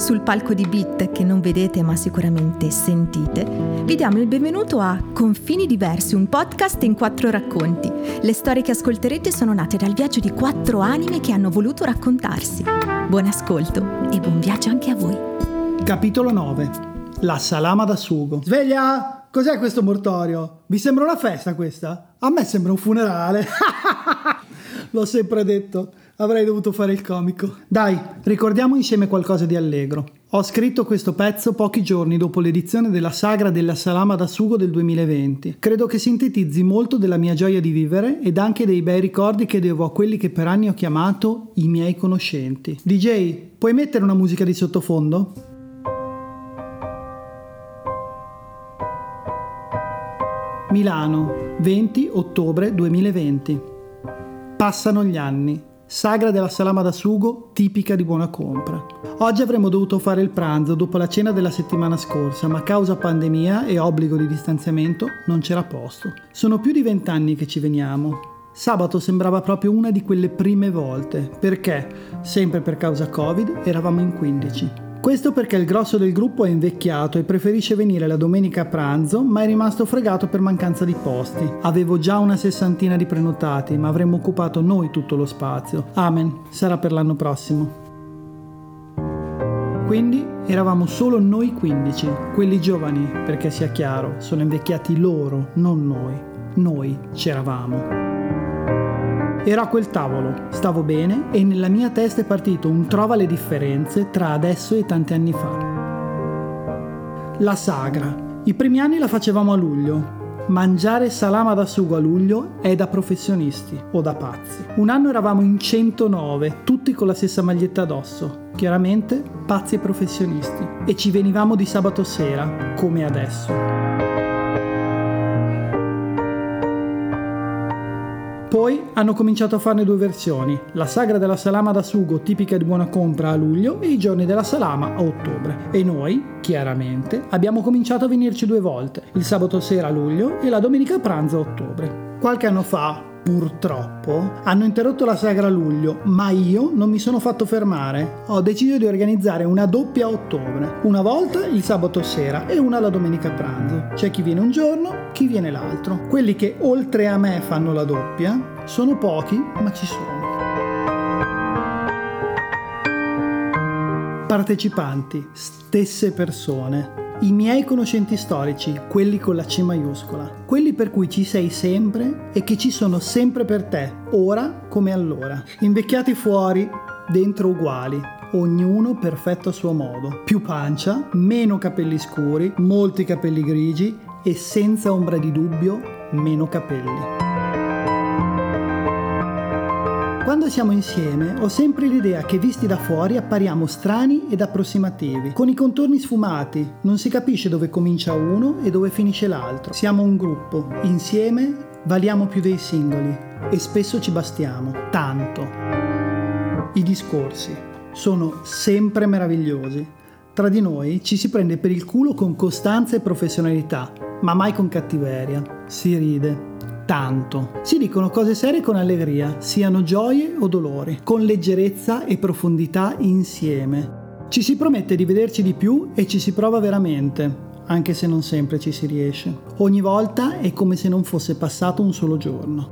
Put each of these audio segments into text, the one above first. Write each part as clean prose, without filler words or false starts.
sul palco di Beat che non vedete ma sicuramente sentite, vi diamo il benvenuto a Confini Diversi, un podcast in 4 racconti. Le storie che ascolterete sono nate dal viaggio di 4 anime che hanno voluto raccontarsi. Buon ascolto e buon viaggio anche a voi. Capitolo 9. La salama da sugo. Sveglia! Cos'è questo mortorio? Vi sembra una festa questa? A me sembra un funerale. L'ho sempre detto. Avrei dovuto fare il comico. Dai, ricordiamo insieme qualcosa di allegro. Ho scritto questo pezzo pochi giorni dopo l'edizione della sagra della salama da sugo del 2020. Credo che sintetizzi molto della mia gioia di vivere ed anche dei bei ricordi che devo a quelli che per anni ho chiamato i miei conoscenti. DJ, puoi mettere una musica di sottofondo? Milano, 20 ottobre 2020. Passano gli anni. Sagra della salama da sugo tipica di Buona Compra. Oggi avremmo dovuto fare il pranzo dopo la cena della settimana scorsa, ma a causa pandemia e obbligo di distanziamento non c'era posto. Sono più di 20 anni che ci veniamo. Sabato sembrava proprio una di quelle prime volte, perché, sempre per causa Covid, eravamo in 15. Questo perché il grosso del gruppo è invecchiato e preferisce venire la domenica a pranzo, ma è rimasto fregato per mancanza di posti. Avevo già una 60 di prenotati, ma avremmo occupato noi tutto lo spazio. Amen, sarà per l'anno prossimo. Quindi eravamo solo noi 15, quelli giovani, perché sia chiaro, sono invecchiati loro, non noi. Noi c'eravamo. Ero a quel tavolo, stavo bene e nella mia testa è partito un trova le differenze tra adesso e tanti anni fa. La sagra. I primi anni la facevamo a luglio. Mangiare salama da sugo a luglio è da professionisti o da pazzi. Un anno eravamo in 109, tutti con la stessa maglietta addosso. Chiaramente pazzi e professionisti. E ci venivamo di sabato sera, come adesso. Poi hanno cominciato a farne 2 versioni, la sagra della salama da sugo tipica di Buona Compra a luglio e i giorni della salama a ottobre. E noi, chiaramente, abbiamo cominciato a venirci 2 volte, il sabato sera a luglio e la domenica a pranzo a ottobre. Qualche anno fa, purtroppo, hanno interrotto la sagra a luglio, ma io non mi sono fatto fermare. Ho deciso di organizzare una doppia a ottobre, una volta il sabato sera e una la domenica a pranzo. C'è chi viene un giorno, chi viene l'altro. Quelli che oltre a me fanno la doppia sono pochi, ma ci sono. Partecipanti, stesse persone. I miei conoscenti storici, quelli con la C maiuscola, quelli per cui ci sei sempre e che ci sono sempre per te, ora come allora. Invecchiati fuori, dentro uguali, ognuno perfetto a suo modo. Più pancia, meno capelli scuri, molti capelli grigi e senza ombra di dubbio, meno capelli. Quando siamo insieme ho sempre l'idea che visti da fuori appariamo strani ed approssimativi, con i contorni sfumati, non si capisce dove comincia uno e dove finisce l'altro. Siamo un gruppo, insieme valiamo più dei singoli e spesso ci bastiamo, tanto. I discorsi sono sempre meravigliosi. Tra di noi ci si prende per il culo con costanza e professionalità, ma mai con cattiveria. Si ride. Tanto. Si dicono cose serie con allegria, siano gioie o dolori, con leggerezza e profondità insieme. Ci si promette di vederci di più e ci si prova veramente, anche se non sempre ci si riesce. Ogni volta è come se non fosse passato un solo giorno.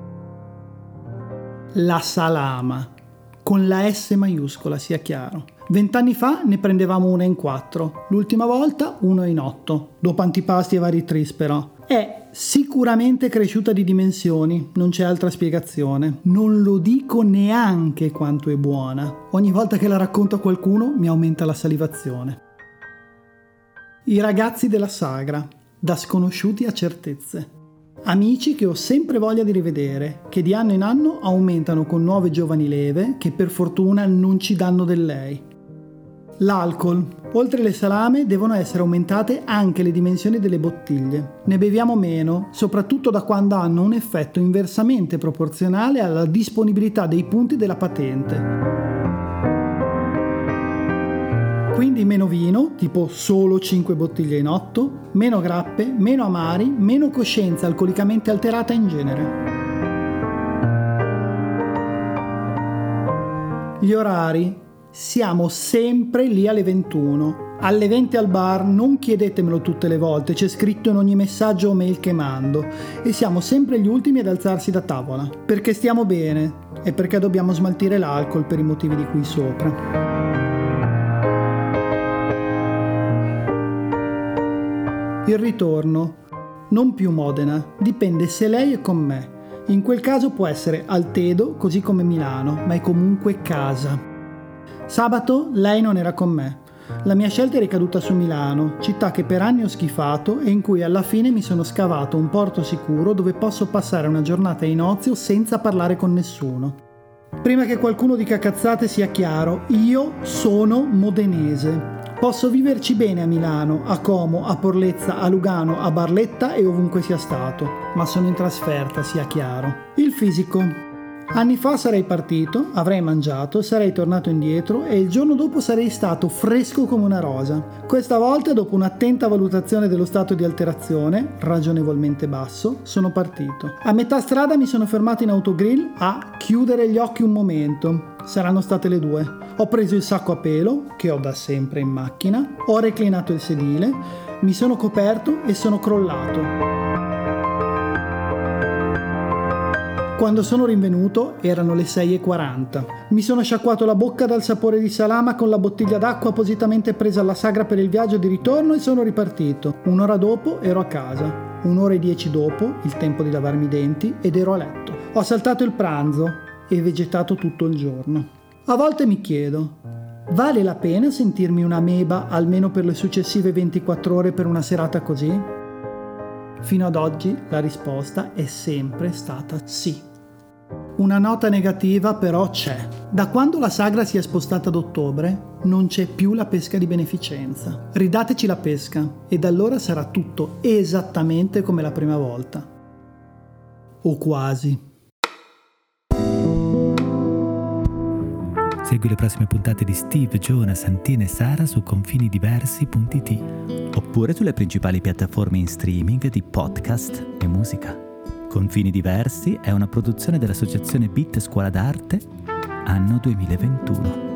La salama, con la S maiuscola, sia chiaro. 20 anni fa ne prendevamo una in 4, l'ultima volta una in 8, dopo antipasti e vari tris però. È sicuramente cresciuta di dimensioni, non c'è altra spiegazione. Non lo dico neanche quanto è buona. Ogni volta che la racconto a qualcuno mi aumenta la salivazione. I ragazzi della sagra, da sconosciuti a certezze. Amici che ho sempre voglia di rivedere, che di anno in anno aumentano con nuove giovani leve che per fortuna non ci danno del lei. L'alcol. Oltre le salame devono essere aumentate anche le dimensioni delle bottiglie. Ne beviamo meno, soprattutto da quando hanno un effetto inversamente proporzionale alla disponibilità dei punti della patente. Quindi meno vino, tipo solo 5 bottiglie in 8, meno grappe, meno amari, meno coscienza alcolicamente alterata in genere. Gli orari. siamo sempre lì alle 21. Alle 20 al bar, non chiedetemelo tutte le volte, c'è scritto in ogni messaggio o mail che mando, e siamo sempre gli ultimi ad alzarsi da tavola, perché stiamo bene e perché dobbiamo smaltire l'alcol per i motivi di cui sopra. Il ritorno, non più Modena, dipende se lei è con me. In quel caso può essere Altedo, così come Milano, ma è comunque casa. Sabato lei non era con me. La mia scelta è ricaduta su Milano, città che per anni ho schifato e in cui alla fine mi sono scavato un porto sicuro dove posso passare una giornata in ozio senza parlare con nessuno. Prima che qualcuno dica cazzate sia chiaro, io sono modenese. Posso viverci bene a Milano, a Como, a Porlezza, a Lugano, a Barletta e ovunque sia stato, ma sono in trasferta, sia chiaro. Il fisico. Anni fa sarei partito, avrei mangiato, sarei tornato indietro e il giorno dopo sarei stato fresco come una rosa. Questa volta, dopo un'attenta valutazione dello stato di alterazione, ragionevolmente basso, sono partito. A metà strada mi sono fermato in autogrill a chiudere gli occhi un momento. Saranno state le 2. Ho preso il sacco a pelo, che ho da sempre in macchina, ho reclinato il sedile, mi sono coperto e sono crollato. Quando sono rinvenuto erano le 6:40. Mi sono sciacquato la bocca dal sapore di salama con la bottiglia d'acqua appositamente presa alla sagra per il viaggio di ritorno e sono ripartito. Un'ora dopo ero a casa. 1:10 dopo, il tempo di lavarmi i denti, ed ero a letto. Ho saltato il pranzo e vegetato tutto il giorno. A volte mi chiedo, vale la pena sentirmi una meba almeno per le successive 24 ore per una serata così? Fino ad oggi la risposta è sempre stata sì. Una nota negativa però c'è. Da quando la sagra si è spostata ad ottobre non c'è più la pesca di beneficenza. Ridateci la pesca e da allora sarà tutto esattamente come la prima volta. O quasi. Segui le prossime puntate di Steve, Giona, Santina e Sara su confinidiversi.it oppure sulle principali piattaforme in streaming di podcast e musica. Confini Diversi è una produzione dell'associazione Beat Scuola d'Arte, anno 2021.